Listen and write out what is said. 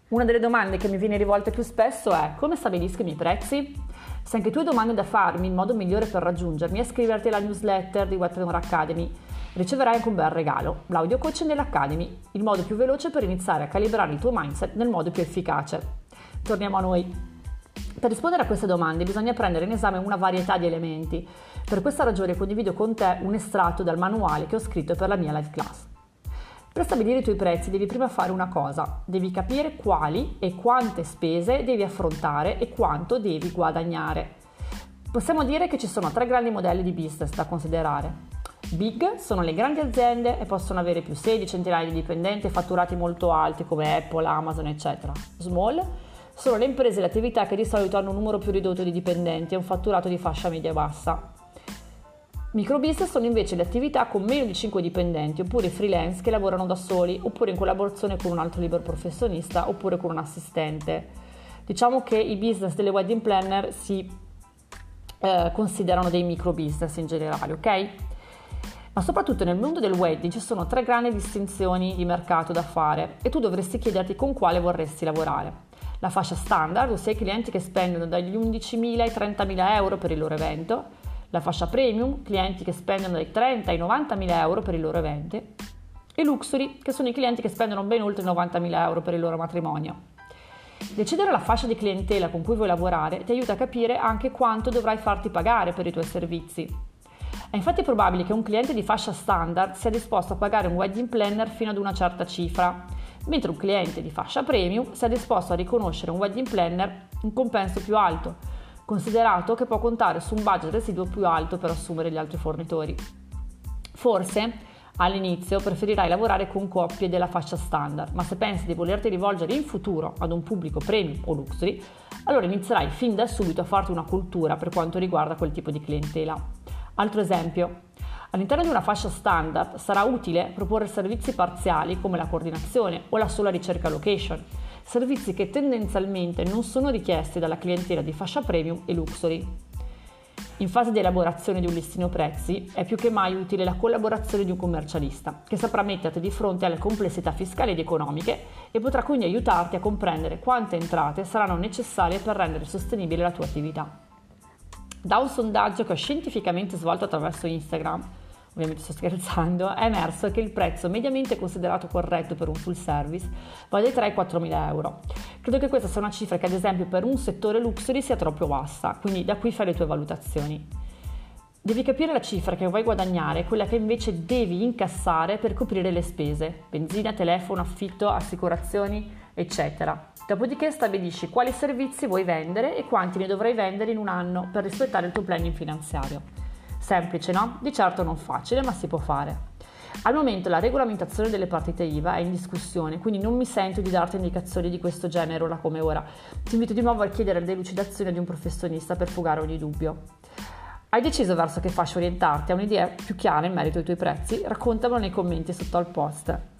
Una delle domande che mi viene rivolta più spesso è: come stabilisco i miei prezzi? Se anche tu hai domande da farmi, il modo migliore per raggiungermi è iscriverti alla newsletter di Webpreneur Academy. Riceverai anche un bel regalo, l'audio coaching dell'Academy, il modo più veloce per iniziare a calibrare il tuo mindset nel modo più efficace. Torniamo a noi. Per rispondere a queste domande bisogna prendere in esame una varietà di elementi. Per questa ragione condivido con te un estratto dal manuale che ho scritto per la mia live class. Per stabilire i tuoi prezzi devi prima fare una cosa: devi capire quali e quante spese devi affrontare e quanto devi guadagnare. Possiamo dire che ci sono 3 grandi modelli di business da considerare. Big sono le grandi aziende e possono avere più sedi, centinaia di dipendenti e fatturati molto alti come Apple, Amazon, eccetera. Small sono le imprese e le attività che di solito hanno un numero più ridotto di dipendenti e un fatturato di fascia media-bassa. Micro business sono invece le attività con meno di 5 dipendenti, oppure freelance che lavorano da soli, oppure in collaborazione con un altro libero professionista, oppure con un assistente. Diciamo che i business delle wedding planner si considerano dei micro business in generale, ok? Ma soprattutto nel mondo del wedding ci sono 3 grandi distinzioni di mercato da fare e tu dovresti chiederti con quale vorresti lavorare. La fascia standard, ossia i clienti che spendono dagli 11.000 ai 30.000 euro per il loro evento. La fascia premium, clienti che spendono dai 30 ai 90.000 euro per il loro evento. E luxury, che sono i clienti che spendono ben oltre i 90.000 euro per il loro matrimonio. Decidere la fascia di clientela con cui vuoi lavorare ti aiuta a capire anche quanto dovrai farti pagare per i tuoi servizi. È infatti probabile che un cliente di fascia standard sia disposto a pagare un wedding planner fino ad una certa cifra, mentre un cliente di fascia premium sia disposto a riconoscere un wedding planner un compenso più alto, considerato che può contare su un budget residuo più alto per assumere gli altri fornitori. Forse all'inizio preferirai lavorare con coppie della fascia standard, ma se pensi di volerti rivolgere in futuro ad un pubblico premium o luxury, allora inizierai fin da subito a farti una cultura per quanto riguarda quel tipo di clientela. Altro esempio: all'interno di una fascia standard sarà utile proporre servizi parziali come la coordinazione o la sola ricerca location, servizi che tendenzialmente non sono richiesti dalla clientela di fascia premium e luxury. In fase di elaborazione di un listino prezzi è più che mai utile la collaborazione di un commercialista che saprà metterti di fronte alle complessità fiscali ed economiche e potrà quindi aiutarti a comprendere quante entrate saranno necessarie per rendere sostenibile la tua attività. Da un sondaggio che ho scientificamente svolto attraverso Instagram, ovviamente sto scherzando, è emerso che il prezzo mediamente considerato corretto per un full service va dai 3 ai 4.000 euro. Credo che questa sia una cifra che ad esempio per un settore luxury sia troppo bassa, quindi da qui fai le tue valutazioni. Devi capire la cifra che vuoi guadagnare e quella che invece devi incassare per coprire le spese: benzina, telefono, affitto, assicurazioni, eccetera. Dopodiché stabilisci quali servizi vuoi vendere e quanti ne dovrai vendere in un anno per rispettare il tuo planning finanziario. Semplice, no? Di certo non facile, ma si può fare. Al momento la regolamentazione delle partite IVA è in discussione, quindi non mi sento di darti indicazioni di questo genere ora come ora. Ti invito di nuovo a chiedere delucidazione di un professionista per fugare ogni dubbio. Hai deciso verso che fascia orientarti? Hai un'idea più chiara in merito ai tuoi prezzi? Raccontamelo nei commenti sotto al post.